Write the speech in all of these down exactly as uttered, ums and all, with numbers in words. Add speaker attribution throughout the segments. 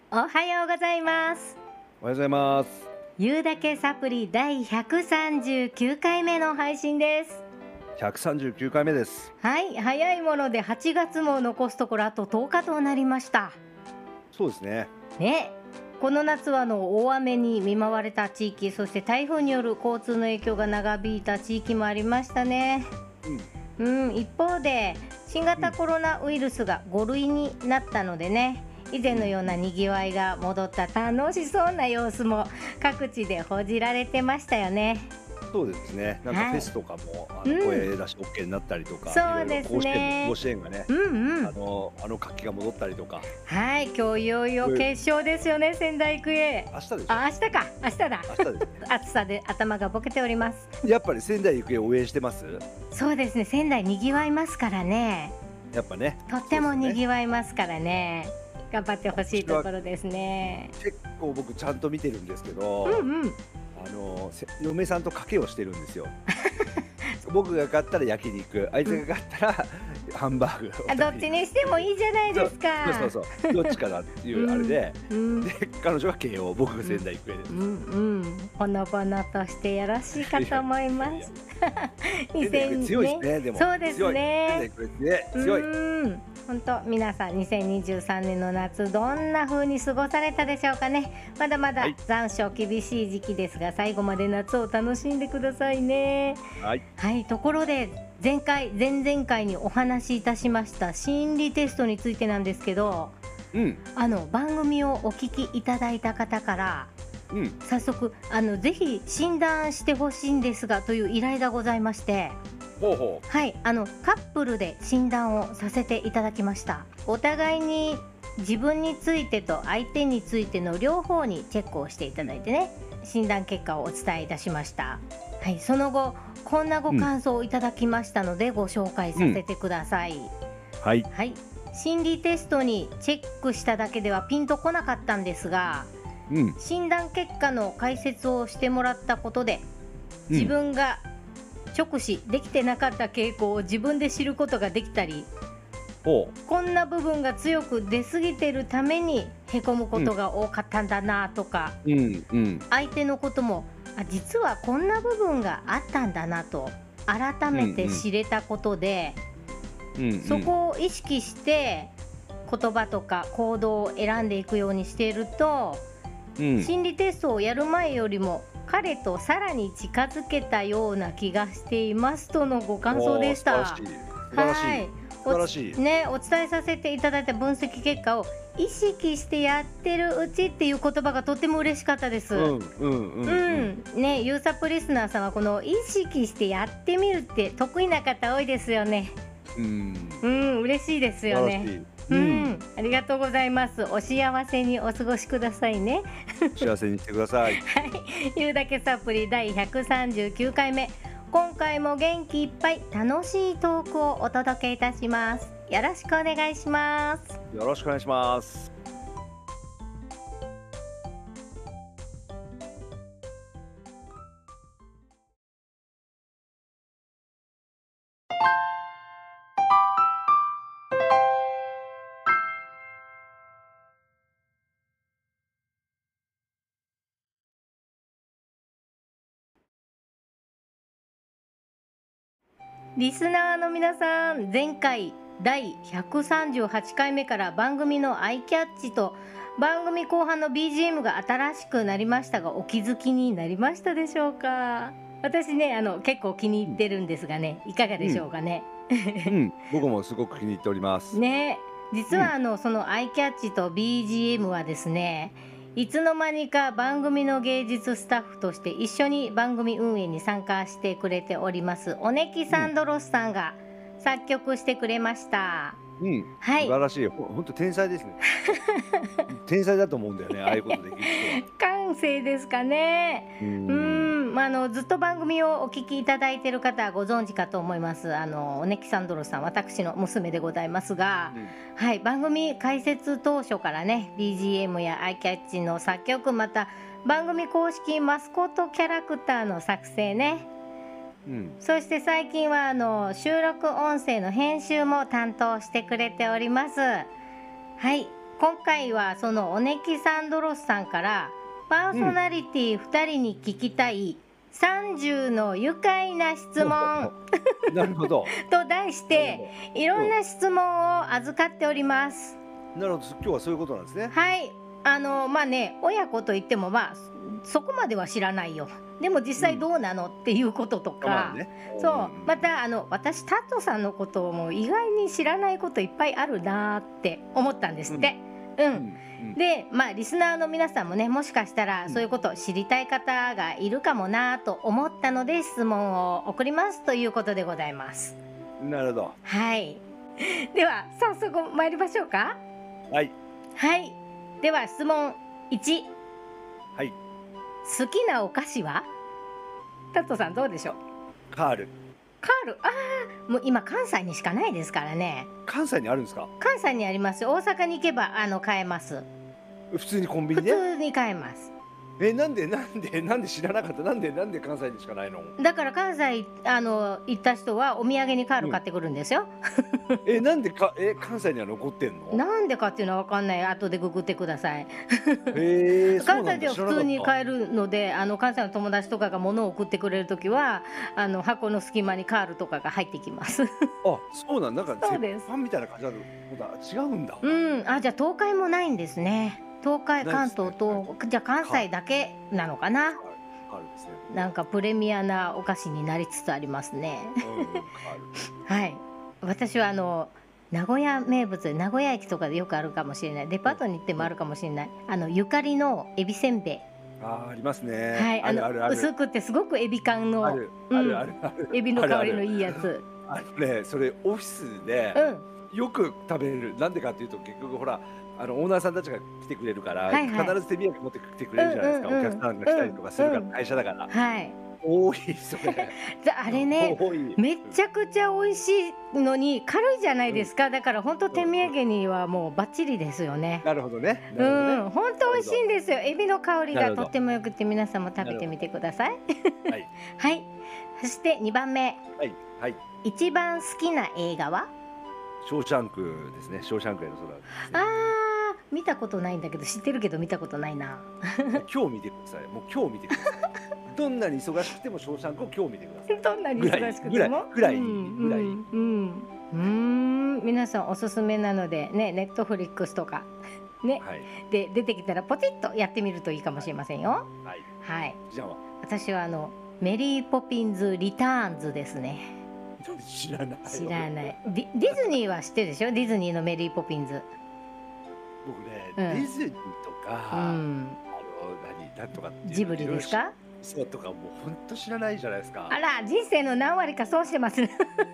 Speaker 1: おはようございます。
Speaker 2: おはようございます。
Speaker 1: 言うだけサプリだいひゃくさんじゅうきゅうかいめの配信です。
Speaker 2: ひゃくさんじゅうきゅうかいめです。
Speaker 1: はい、早いものではちがつも残すところあととおかとなりました。
Speaker 2: そうですね。
Speaker 1: ね、この夏はあの大雨に見舞われた地域、そして台風による交通の影響が長引いた地域もありましたね。
Speaker 2: うん。
Speaker 1: うん、一方で新型コロナウイルスがごるいになったのでね、以前のようなにぎわいが戻った楽しそうな様子も各地で報じられてましたよね。
Speaker 2: そうですね。なんか
Speaker 1: はい、
Speaker 2: フェスとかも、あ
Speaker 1: うん
Speaker 2: の声出し オーケー になったりとか、いろいろ
Speaker 1: そうです
Speaker 2: 甲子園も
Speaker 1: ね。
Speaker 2: 甲子園がね、
Speaker 1: うんうん。
Speaker 2: あのあの活気が戻ったりとか。
Speaker 1: はい、今日いよいよ決勝ですよね、仙台育英。
Speaker 2: 明日でしょ。
Speaker 1: あ、明日か、明日だ。
Speaker 2: 明日ですね。
Speaker 1: 暑さで頭がボケております。
Speaker 2: やっぱり仙台育英応援してます？
Speaker 1: そうですね、仙台にぎわいますからね。
Speaker 2: やっぱね。
Speaker 1: とってもに
Speaker 2: そうですね。
Speaker 1: ぎわいますからね。頑張ってほしいところですね。
Speaker 2: 結構僕ちゃんと見てるんですけ
Speaker 1: う
Speaker 2: ど、
Speaker 1: んうん。
Speaker 2: あのせ嫁さんと賭けをしてるんですよ。僕が勝ったら焼肉、あいつが勝ったらハンバーグを食べ
Speaker 1: あ、ど
Speaker 2: に
Speaker 1: っちにしてもいいじゃない
Speaker 2: そう
Speaker 1: ですか。
Speaker 2: そうそうそう、どっちかなっていうあれで、
Speaker 1: うん
Speaker 2: で、彼女は慶応、僕が仙台育英です。
Speaker 1: うんうん、ほのぼのとしてよろしいかと思いま
Speaker 2: いやいや
Speaker 1: す。
Speaker 2: 仙台育英強いですね、でも。
Speaker 1: そうですね。
Speaker 2: 強い。仙台育英ね、強い。
Speaker 1: うん、本当皆さんにせんにじゅうさんねんの夏どんな風に過ごされたでしょうかね。まだまだ
Speaker 2: はい
Speaker 1: 残暑厳しい時期ですが、最後まで夏を楽しんでくださいね。
Speaker 2: はい。
Speaker 1: はい、ところで前回前々回にお話しいたしました心理テストについてなんですけど、
Speaker 2: うん、
Speaker 1: あの番組をお聞きいただいた方から
Speaker 2: うん。
Speaker 1: 早速あのぜひ診断してほしいんですがという依頼がございまして、
Speaker 2: ほうほ
Speaker 1: はい、あのカップルで診断をさせていただきました。お互いに自分についてと相手についての両方にチェックをしていただいてね、診断結果をお伝えいたしました。はい、その後こんなご感想をいただきましたので、ご紹介させてください。
Speaker 2: う。はい。
Speaker 1: はい、心理テストにチェックしただけではピンとこなかったんですが、
Speaker 2: うん。
Speaker 1: 診断結果の解説をしてもらったことで
Speaker 2: うん
Speaker 1: 自分が直視できてなかった傾向を自分で知ることができたり、
Speaker 2: ほ
Speaker 1: こんな部分が強く出過ぎてるためにへこむことが多かったんだなとか、
Speaker 2: う。うんうん。
Speaker 1: 相手のこともあ実はこんな部分があったんだなと改めて知れたことで、
Speaker 2: うんうん。
Speaker 1: そこを意識して言葉とか行動を選んでいくようにしていると、
Speaker 2: うん。
Speaker 1: 心理テストをやる前よりも彼とさらに近づけたような気がしていますとのご感想でした。
Speaker 2: おー素晴らしい。素晴らしい。
Speaker 1: はい
Speaker 2: 素晴らしい。
Speaker 1: ね、お伝えさせていただいた分析結果を意識してやってるうちっていう言葉がとっても嬉しかったです。
Speaker 2: うんうんうん
Speaker 1: う
Speaker 2: うん
Speaker 1: ん、ね、ユーサプリスナーさんはこの意識してやってみるって得意な方多いですよね。
Speaker 2: うん。
Speaker 1: うん、嬉しいですよね。
Speaker 2: 素晴らしい。
Speaker 1: う
Speaker 2: うん
Speaker 1: ん、ありがとうございます。お幸せにお過ごしくださいね。
Speaker 2: 幸せにしてください。
Speaker 1: はい、言うだけサプリだいひゃくさんじゅうきゅうかいめ。今回も元気いっぱい楽しいトークをお届けいたします。よろしくお願いします。
Speaker 2: よろしくお願いします。
Speaker 1: リスナーの皆さん、前回だいひゃくさんじゅうはちかいめから番組のアイキャッチと番組後半の ビージーエム が新しくなりましたが、お気づきになりましたでしょうか。私ね、あの結構気に入ってるんですがね、いかがでしょうかね。
Speaker 2: うん、僕もすごく気に入っております。
Speaker 1: ね、実はあの、そのアイキャッチと ビージーエム はですね、いつの間にか番組の芸術スタッフとして一緒に番組運営に参加してくれておりますオネキサンドロスさんが作曲してくれました。
Speaker 2: うん、
Speaker 1: はい、
Speaker 2: 素晴らしい。ほ本当天才ですね。天才だと思うんだよね、ああいうことできる人は。
Speaker 1: 感性ですかね。
Speaker 2: う
Speaker 1: う
Speaker 2: ん。
Speaker 1: ん、まあ、あのずっと番組をお聞きいただいている方はご存知かと思います。あのオネキサンドロスさん、私の娘でございますが、
Speaker 2: うん
Speaker 1: はい、番組開設当初からね ビージーエム やアイキャッチの作曲、また番組公式マスコットキャラクターの作成ね、
Speaker 2: うん、
Speaker 1: そして最近はあの収録音声の編集も担当してくれております。はい、 今回はそのオネキサンドロスさんからパーソナリティふたりに聞きたいさんじゅうの愉快な質問
Speaker 2: なるほど。
Speaker 1: と題していろんな質問を預かっております。
Speaker 2: なるほど、今日はそういうことなんですね。
Speaker 1: はい、あのまあね、親子といってもまあそこまでは知らないよ。でも実際どうなのっていうこととか、
Speaker 2: ね、
Speaker 1: そうまたあの私タットさんのことをもう意外に知らないこといっぱいあるなーって思ったんですって。うん、うんうん、でまあリスナーの皆さんもね、もしかしたらそういうことを知りたい方がいるかもなと思ったので質問を送りますということでございます。
Speaker 2: なるほど。
Speaker 1: はい。では早速参りましょうか。
Speaker 2: はい
Speaker 1: はい。では質問いち。
Speaker 2: はい。
Speaker 1: 好きなお菓子は？タットさんどうでしょう？
Speaker 2: カール。
Speaker 1: カール、ああ、もう今関西にしかないですからね。
Speaker 2: 関西にあるんですか？
Speaker 1: 関西にあります。大阪に行けばあの買えます。
Speaker 2: 普通にコンビニで？
Speaker 1: 普通に買えます。
Speaker 2: え、なんでなんでなんで知らなかった？なんでなんで関西にしかないの？
Speaker 1: だから関西あの行った人はお土産にカール買ってくるんですよ。
Speaker 2: うん、え、なんでかえ関西には残ってんの？
Speaker 1: なんでかっていうのは分かんない。後でググってください。
Speaker 2: えー、
Speaker 1: 関西では普通に買えるので、あの関西の友達とかが物を送ってくれるときはあの箱の隙間にカールとかが入ってきます。
Speaker 2: あ、そうなん、なんか
Speaker 1: そうです。
Speaker 2: パンみたいな感じなの？違うんだ。
Speaker 1: うん、あ、じゃあ東海もないんですね。東海、関東と、じゃあ関西だけなのかな。なんかプレミアなお菓子になりつつありますね。はい。私はあの名古屋名物、名古屋駅とかでよくあるかもしれない。デパートに行ってもあるかもしれない。あのゆかりのエビせんべい。
Speaker 2: ああ、ありますね。
Speaker 1: はい、あの薄くてすごくエビ感の、エビの香りのいいやつ。
Speaker 2: あれね、それオフィスでよく食べれる。なんでかっていうと結局ほら。あのオーナーさんたちが来てくれるから、はいはい、必ず手土産持ってきてくれるじゃないですか、うんうんうん、お客さんが来たりとかするから、うんうん、会社だから、はい、多いそれ
Speaker 1: あれね、めちゃくちゃ美味しいのに軽いじゃないですか、うん、だから本当手土産にはもうバッチリですよね。
Speaker 2: なるほどね、
Speaker 1: うん、本当美味しいんですよ。エビの香りがとってもよくて、皆さんも食べてみてください。はい、はい、そしてにばんめ、はいはい、一番好きな映画は？
Speaker 2: ショーシャンクですね。ショーシャンクへの空ですね。
Speaker 1: ああ、見たことないんだけど、知ってるけど見たことないな。
Speaker 2: 今日見てください。もう今日見てください。どんなに忙しくてもショーシャンクを今日見てください。
Speaker 1: どんなに忙しくても
Speaker 2: ぐらいぐらいぐらい。うん、
Speaker 1: うん、皆さんおすすめなのでね、ネットフリックスとかね、はい、で出てきたらポチッとやってみるといいかもしれませんよ。はい。はい。じゃあ私はあのメリーポピンズリターンズですね。
Speaker 2: 知らない。
Speaker 1: 知らない。ディ、ディズニーは知ってるでしょ？ディズニーのメリーポピンズ。
Speaker 2: 僕ね、うん、ディズニーとか、うん、あの何なんとかっていう
Speaker 1: ジブリですか？
Speaker 2: そうとかもう本当知らないじゃないですか。
Speaker 1: あら、人生の何割かそうしてますね。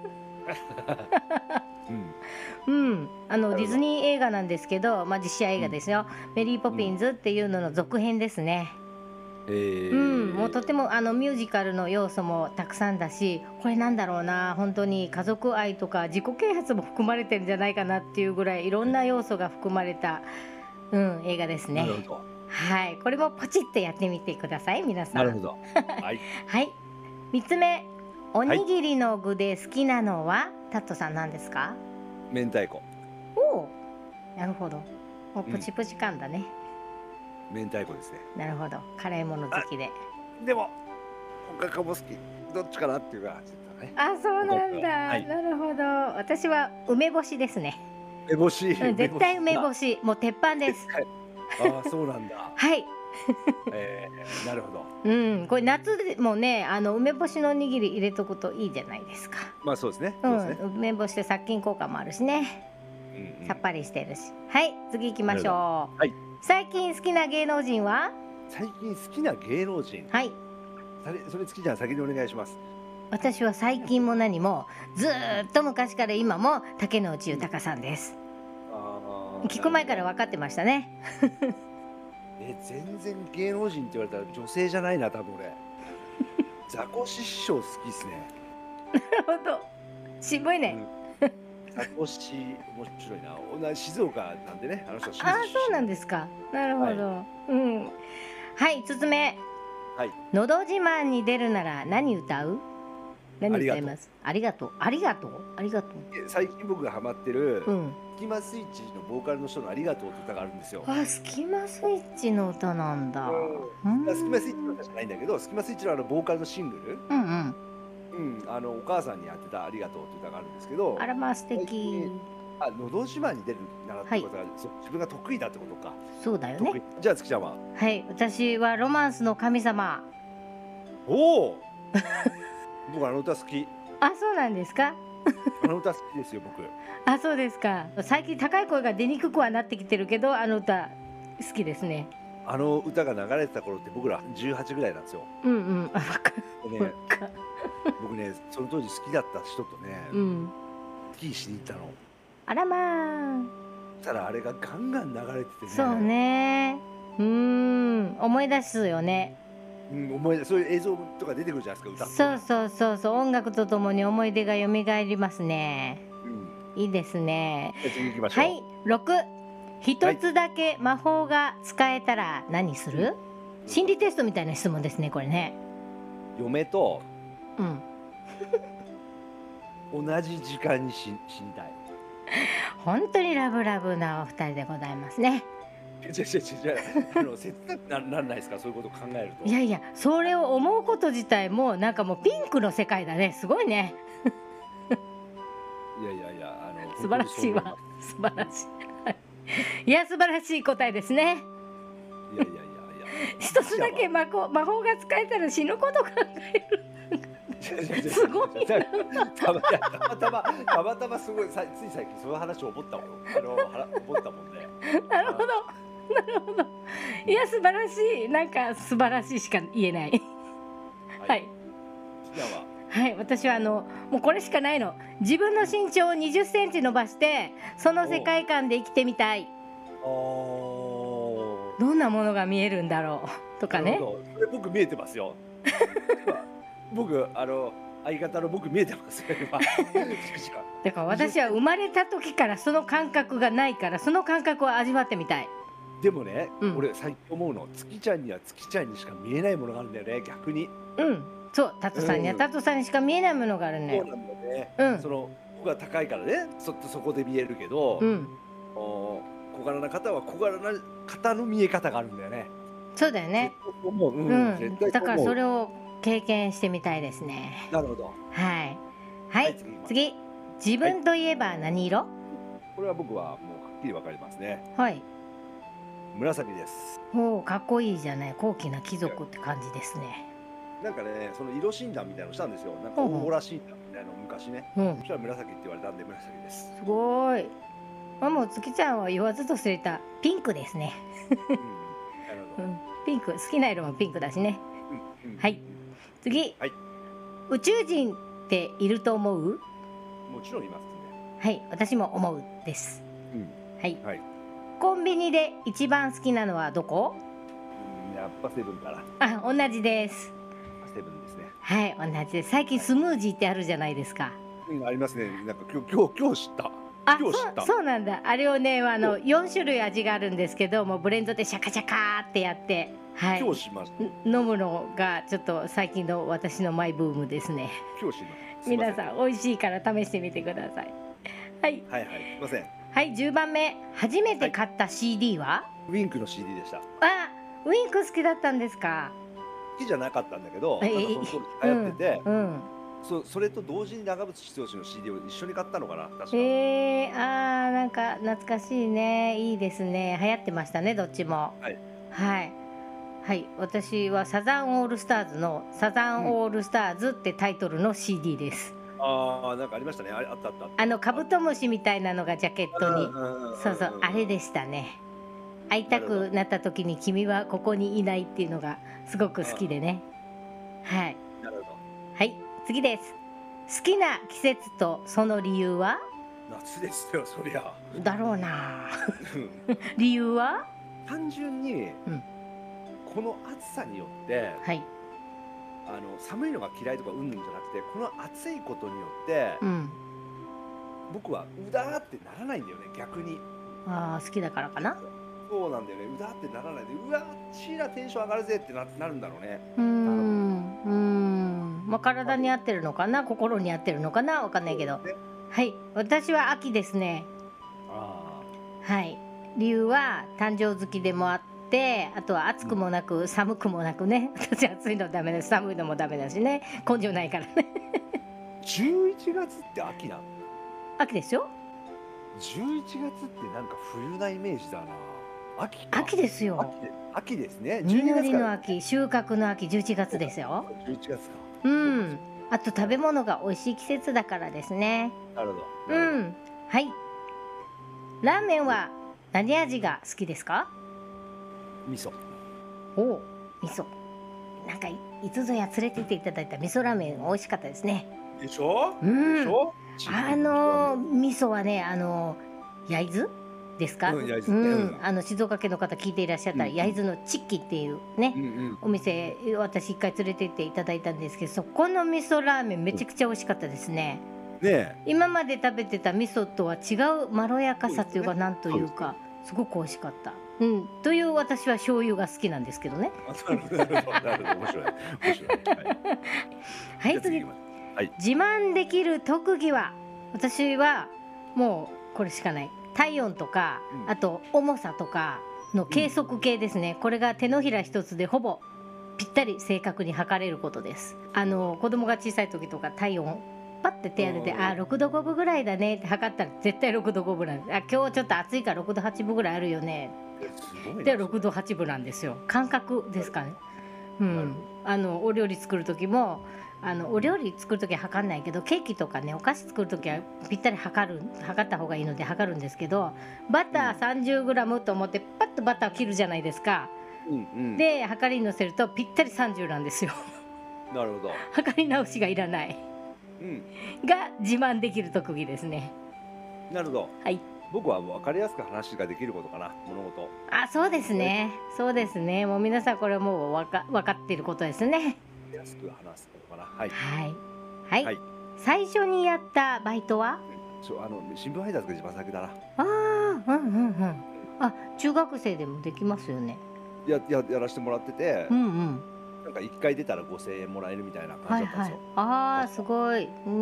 Speaker 1: うん、うん、あのディズニー映画なんですけど、まあ実写映画ですよ。うん、メリーポピンズっていうのの続編ですね。えー、うん、もうとてもあのミュージカルの要素もたくさんだし、これなんだろうな、本当に家族愛とか自己啓発も含まれてるんじゃないかなっていうぐらいいろんな要素が含まれた、うん、映画ですね。はい、これもポチッとやってみてください皆さん。
Speaker 2: なるほど。はい。
Speaker 1: はい。みっつめ、おにぎりの具で好きなのは、はい、タットさん何ですか？
Speaker 2: 明太子。
Speaker 1: おお、なるほど。もうプチプチ感だね。
Speaker 2: うん、明太子ですね。
Speaker 1: なるほど、辛いもの好きで。
Speaker 2: でもおかかも好き。どっちかなっていうか、
Speaker 1: ね、あ、そうなんだ、はい、なるほど。私は梅干しですね。
Speaker 2: 梅干し、
Speaker 1: うん、絶対梅干し、もう鉄板です。
Speaker 2: ああ、そうなんだ。
Speaker 1: はい。
Speaker 2: えー、なるほど。
Speaker 1: うん、これ夏でもね、あの梅干しのおにぎり入れとくといいじゃないですか。
Speaker 2: まあそうですね。
Speaker 1: うん、梅干しで殺菌効果もあるしね。うんうん、さっぱりしてるし。はい、次行きましょう。はい。最近好きな芸能人は？
Speaker 2: 最近好きな芸能人。はい。それ、それ好きじゃん、先にお願いします。
Speaker 1: 私は最近も何もずーっと昔から今も竹野内豊さんです。あ、聞く前から分かってましたね。
Speaker 2: え、全然芸能人って言われたら女性じゃないな、多分俺。ザコシ師匠好きですね。
Speaker 1: なるほど。渋いね。
Speaker 2: うん、ザコシ面白いな。同じ静岡なんでね、あの人。
Speaker 1: ああ、そうなんですか。なるほど。はい、うん。はい、つつめ。はい。のど自慢に出るなら何歌う？ 何歌います？ありがとう。ありがとう。ありがとう。
Speaker 2: 最近僕がハマってる、
Speaker 1: うん。
Speaker 2: スキマスイッチのボーカルの人のありがとうって歌があるんですよ。
Speaker 1: あ、スキマスイッチの歌なんだ。
Speaker 2: うん。スキマスイッチの歌じゃないんだけど、スキマスイッチのあのボーカルのシングル、
Speaker 1: うんうん。
Speaker 2: うん、あのお母さんにやってたありがとうって歌があるんですけど、
Speaker 1: あらまあ素敵。
Speaker 2: あ、のど自慢に出るならってことは、そう自分が得意だってことか。
Speaker 1: そうだよね。
Speaker 2: じゃあ月ちゃんは？
Speaker 1: はい、私はロマンスの神様。
Speaker 2: おお。僕あの歌好き。
Speaker 1: あ、そうなんですか。
Speaker 2: あの歌好きですよ僕。
Speaker 1: あ、そうですか。最近高い声が出にくくはなってきてるけど、あの歌好きですね。
Speaker 2: あの歌が流れてた頃って僕らじゅうはちぐらいなんですよ。
Speaker 1: うんうん。あ、わかる。
Speaker 2: ね、僕ね、その当時好きだった人とね、
Speaker 1: うん、
Speaker 2: スキーしに行ったの。
Speaker 1: あらまあ。
Speaker 2: そしたらあれがガンガン流れててね。
Speaker 1: そうね。うん、思い出すよね。
Speaker 2: うん、思い出、そういう映像とか出てくるじゃないですか、歌って。
Speaker 1: そうそうそうそう、音楽とともに思い出が蘇りますね。
Speaker 2: うん、
Speaker 1: いいですね。
Speaker 2: 次行きましょう。
Speaker 1: はい、六。一つだけ魔法が使えたら何する？うん、心理テストみたいな質問ですね、これね。
Speaker 2: 嫁と。
Speaker 1: うん。
Speaker 2: 同じ時間に死にたい。
Speaker 1: 本当にラブラブなお二人でございますね。
Speaker 2: 違う違う違う、あの切なくならないですか、そういうこと考えると。
Speaker 1: いやいや、それを思うこと自体もなんかもうピンクの世界だね。すごいね。
Speaker 2: いやいやいや、あの
Speaker 1: 素晴らしいわ。素晴らしい。いや素晴らしい答えですね。
Speaker 2: いやいやいやいや。
Speaker 1: 一つだけ魔法魔法が使えたら死ぬこと考える。すごい。
Speaker 2: たまたまたまたますごいさつい最近その話を思ったもん。あの思ったもんね。
Speaker 1: なるほどなるほど。いや素晴らしい、なんか素晴らしいしか言えない。はい。はい、私はあのもうこれしかないの。自分の身長をにじゅっセンチ伸ばしてその世界観で生きてみたい。どんなものが見えるんだろうとかね。
Speaker 2: それ僕見えてますよ。僕あの相方の僕見えてますよ今。
Speaker 1: だから私は生まれた時からその感覚がないから、その感覚を味わってみたい。
Speaker 2: でもね、うん、俺最近思うの、月ちゃんには月ちゃんにしか見えないものがあるんだよね、逆に。
Speaker 1: うん、そうタトさんにはタトさんにしか見えないものがあるんだよ。
Speaker 2: そうなんだよね。うん、その僕が高いからね、そそこで見えるけど、うん、小柄な方は小柄な方の見え方があるんだよね。
Speaker 1: そうだよね。
Speaker 2: うん、うん、
Speaker 1: だからそれを経験してみたいですね。
Speaker 2: なるほど。
Speaker 1: はいはい、はい、次自分といえば何色？はい、
Speaker 2: これは僕はもうはっきりわかりますね。
Speaker 1: はい。
Speaker 2: 紫です。
Speaker 1: おお、かっこいいじゃない。高貴な貴族って感じですね。
Speaker 2: なんかね、その色診断みたいなのしたんですよ。なんかオーラ診断みたいなの昔ね。うん、そしたら紫って言われたんで紫です。す
Speaker 1: ごい。まあもう月ちゃんは言わずと知れたピンクですね。うん、ピンク好きな色もピンクだしね。うんうん、はい。次、はい、宇宙人っていると思う？
Speaker 2: もちろんいますね。
Speaker 1: はい、私も思うです。うん、はい、はい。コンビニで一番好きなのはどこ？
Speaker 2: うん、やっぱセブンかな。
Speaker 1: あ、同じです。
Speaker 2: セブンですね。
Speaker 1: はい、同じです。最近スムージーってあるじゃないですか。
Speaker 2: うん、ありますね。なんか今日今日今日知った。
Speaker 1: あ、そうそうなんだ。あれをね、あのよん種類味があるんですけども、ブレンドでシャカシャカってやって、はい、
Speaker 2: 今日しました。
Speaker 1: 飲むのがちょっと最近の私のマイブームですね。
Speaker 2: 今日しました。
Speaker 1: 皆さん美味しいから試してみてください。はい。
Speaker 2: はいはい。すみません。
Speaker 1: はい、じゅうばんめ、初めて買った シーディー は？はい、
Speaker 2: ウィンクの シーディー でした。
Speaker 1: あ、ウィンク好きだったんですか？
Speaker 2: 好きじゃなかったんだけど、なんかその当時流行ってて。うんうん、そ, それと同時に長渕剛の シーディー を一緒に買ったのかな、確か。
Speaker 1: えー、あー、なんか懐かしいね。いいですね。流行ってましたね、どっちも。はいはいはい、私はサザンオールスターズのサザンオールスターズってタイトルの シーディー です。
Speaker 2: うん、ああ、なんかありましたね。あ, あったあった。
Speaker 1: あのカブトムシみたいなのがジャケットに、そうそう、あれでしたね。会いたくなった時に君はここにいないっていうのがすごく好きでね。はい。
Speaker 2: なるほど。
Speaker 1: はい。次です。好きな季節とその理由は？
Speaker 2: 夏ですよ、そりゃ。
Speaker 1: だろうな。理由は？
Speaker 2: 単純に、うん、この暑さによって、はい、あの寒いのが嫌いとかうんぬんじゃなくて、この暑いことによって、うん、僕はうだーってならないんだよね、逆に。
Speaker 1: ああ、好きだからかな。
Speaker 2: そうなんだよね、うだーってならないで、うわーチーラテンション上がるぜって な, なるんだろうね。
Speaker 1: うーん、うーん、 まあ、体に合ってるのかな、心に合ってるのかな、わかんないけど、
Speaker 2: ね、
Speaker 1: はい、私は秋ですね。
Speaker 2: あ
Speaker 1: はい、理由は誕生月でもあって、あとは暑くもなく寒くもなくね。私暑いのダメだし寒いのもダメだしね、根性ないからね。
Speaker 2: じゅういちがつって秋なの？
Speaker 1: 秋ですよ。
Speaker 2: じゅういちがつってなんか冬なイメージだな。秋か。
Speaker 1: 秋ですよ。
Speaker 2: 秋で秋ですね。12
Speaker 1: 実り
Speaker 2: 月から
Speaker 1: の秋、収穫の秋、じゅういちがつですよ。
Speaker 2: じゅういちがつか。
Speaker 1: う
Speaker 2: そうか
Speaker 1: ん。あと食べ物が美味しい季節だからですね。
Speaker 2: なるほど。
Speaker 1: う
Speaker 2: なるほど。
Speaker 1: ん。はい。ラーメンは何味が好きですか？
Speaker 2: 味噌。
Speaker 1: おお、味噌。なんかいいつぞや連れてっていただいた味噌ラーメン美味しかったですね。
Speaker 2: でしょ？
Speaker 1: うん。
Speaker 2: でしょ？
Speaker 1: あのー味噌はね、あのー焼津ですか？
Speaker 2: うん、焼津ね。
Speaker 1: うん。
Speaker 2: うん。
Speaker 1: あの静岡県の方聞いていらっしゃったら、
Speaker 2: うんうん。
Speaker 1: 焼津のチッキっていうね、
Speaker 2: うんうん。
Speaker 1: お店、私一回連れて行っていただいたんですけど、そこの味噌ラーメンめちゃくちゃ美味しかったですね。
Speaker 2: ねえ。
Speaker 1: 今まで食べてた味噌とは違うまろやか
Speaker 2: そうですね。
Speaker 1: さというか、なんと
Speaker 2: そうですね。
Speaker 1: いうか、すごく美味しかった。うん。という私は醤油が好きなんですけどね。
Speaker 2: あ、なるほどなるほどなるほど。面白い。面白い。はい。
Speaker 1: はい、次。
Speaker 2: じゃあ次行きます。はい。
Speaker 1: 自慢できる特技は、私はもうこれしかない。体温とか、
Speaker 2: うん。
Speaker 1: あと重さとかの計
Speaker 2: うん。
Speaker 1: 測計ですね。これが手のひら一つでほぼぴったり正確に測れることです。あの子供が小さい時とか体温パッて手当てて、あ、ろくどごぶぐらいだねって測ったら絶対ろくどごぶなんです。あ、今日ちょっと暑いからろくどはちぶぐらいあるよね。
Speaker 2: え、すごい
Speaker 1: で
Speaker 2: な、そ
Speaker 1: 6
Speaker 2: れ。
Speaker 1: 度はちぶなんですよ。感覚で
Speaker 2: なる
Speaker 1: すかね。う
Speaker 2: なる
Speaker 1: ん。
Speaker 2: ほど。
Speaker 1: あのお料理作る時も、あのお
Speaker 2: うん。
Speaker 1: 料理作る時は測んないけど、ケーキとかね、お菓子作る時はぴったり測る測った方がいいので測るんですけど、バター
Speaker 2: うん。
Speaker 1: さんじゅうグラムと思ってパッとバターを切るじゃないですか。
Speaker 2: うんうん。
Speaker 1: で、測りに乗せるとぴったりさんじゅうなんですよ。
Speaker 2: なるほど。
Speaker 1: 測り直しがいらない。
Speaker 2: うん。
Speaker 1: が自慢できる特技ですね。
Speaker 2: なるほど。
Speaker 1: はい。
Speaker 2: 僕は分かりやすく話ができることかな、物事。
Speaker 1: あ、そうです
Speaker 2: ね。
Speaker 1: ね。そうですね。もう皆さんこれもうわか分かっていることですね。
Speaker 2: 安く話すことかな。はい。
Speaker 1: はい。は
Speaker 2: はい。
Speaker 1: い。最初にやったバイトは？
Speaker 2: うん。そう、あの新聞配達が一番先だな。
Speaker 1: ああ、うんうんうん。
Speaker 2: うん。
Speaker 1: あ、中学生でもできますよね。
Speaker 2: やややらしてもらってて、
Speaker 1: うんうん。
Speaker 2: なんかいっかい出たらごせんえんもらえるみたいな感
Speaker 1: はいはい。
Speaker 2: じだったんですよ。
Speaker 1: ああ、
Speaker 2: 確か。
Speaker 1: すごい。うん。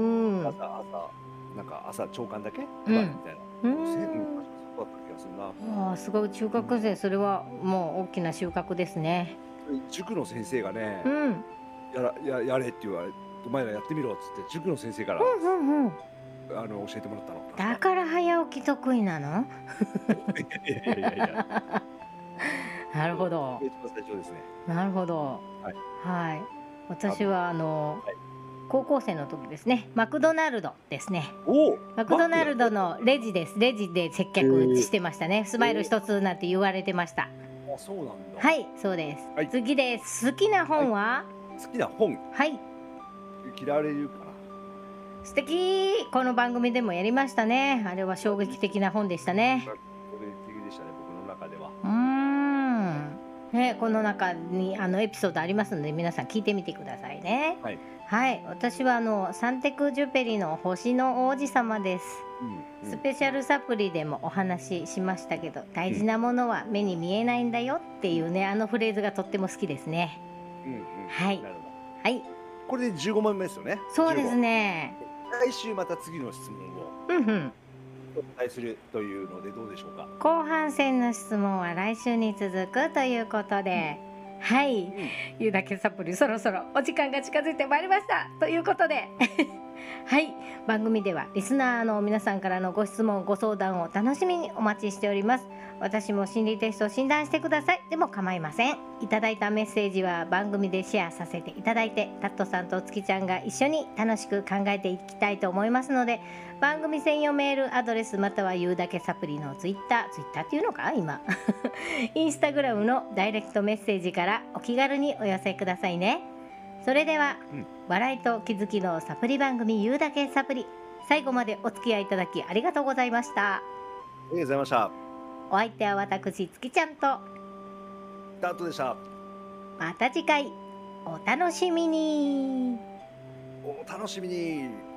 Speaker 2: 朝朝なんか朝朝刊だけ
Speaker 1: うん。
Speaker 2: 配るみたいな。
Speaker 1: う
Speaker 2: ごせん、うん、確か
Speaker 1: ーん。
Speaker 2: そうだった気がするな。
Speaker 1: ああ、すごい中
Speaker 2: うん。
Speaker 1: 学生、それはもう大きな収穫ですね。
Speaker 2: それ塾の先生がね、
Speaker 1: うん。
Speaker 2: やらややれって言われ、お前らやってみろっつって塾の先生から
Speaker 1: うんうんうん。
Speaker 2: あの教えてもらったの、確か。
Speaker 1: だから早起き得意なの？
Speaker 2: いやいやいやいや。
Speaker 1: なる
Speaker 2: そう、
Speaker 1: ほど。
Speaker 2: それが一番最初ですね。
Speaker 1: なるほど。
Speaker 2: はい。
Speaker 1: はい。
Speaker 2: あと、
Speaker 1: 私はあの
Speaker 2: はい。
Speaker 1: 高校生の時ですね、マクドナルドですね。
Speaker 2: おお、
Speaker 1: マクドナル
Speaker 2: マックだね。
Speaker 1: ドのレジです。レジで接
Speaker 2: へえ。
Speaker 1: 客してましたね。スマイル
Speaker 2: ええ。
Speaker 1: 一つなんて言われてました。
Speaker 2: あ、そうなんだ。
Speaker 1: はい、そうです。
Speaker 2: はい。
Speaker 1: 次です。好きな
Speaker 2: はい。
Speaker 1: 本は？
Speaker 2: 好きな本。
Speaker 1: はい。
Speaker 2: 嫌われるかな。
Speaker 1: 素敵。この番組でもやりましたね。あれは衝撃的な本でしたね。
Speaker 2: 衝撃的でしたね、僕の中では。
Speaker 1: うーん。ね、この中にあのエピソードありますので、皆さん聞いてみてくださいね。
Speaker 2: はい。
Speaker 1: はい、私はあのサンテクジュペリの星の王子様です。
Speaker 2: うんうん。
Speaker 1: スペシャルサプリでもお話ししましたけど、大
Speaker 2: うん。
Speaker 1: 事なものは目に見えないんだよっていうね、あのフレーズがとっても好きですね。
Speaker 2: うんうん。
Speaker 1: はい。
Speaker 2: なるほど。
Speaker 1: はい。
Speaker 2: これでじゅうごもんめですよね。
Speaker 1: そうです
Speaker 2: じゅうご。
Speaker 1: ね。
Speaker 2: 来週また次の質問を
Speaker 1: うんうん。
Speaker 2: お答えするというのでどうでしょうか。
Speaker 1: 後半戦の質問は来週に続くということ
Speaker 2: うん。
Speaker 1: で、はい、
Speaker 2: うん。
Speaker 1: ゆうだけサプリそろそろお時間が近づいてまいりましたということではい、番組ではリスナーの皆さんからのご質問ご相談を楽しみにお待ちしております。私も心理テストを診断してくださいでも構いません。いただいたメッセージは番組でシェアさせていただいて、タットさんと月ちゃんが一緒に楽しく考えていきたいと思いますので、番組専用メールアドレスまたはゆうだけサプリのツイッターツイッターっていうのか今インスタグラムのダイレクトメッセージからお気軽にお寄せくださいね。それでは、
Speaker 2: うん。
Speaker 1: 笑いと気づきのサプリ番組ゆうだけサプリ、最後までお付き合いいただきありがとうございました。
Speaker 2: ありがとうございました。
Speaker 1: お相手は私月ちゃんと、
Speaker 2: スタートでした。
Speaker 1: また次回お楽しみに。
Speaker 2: お楽しみに。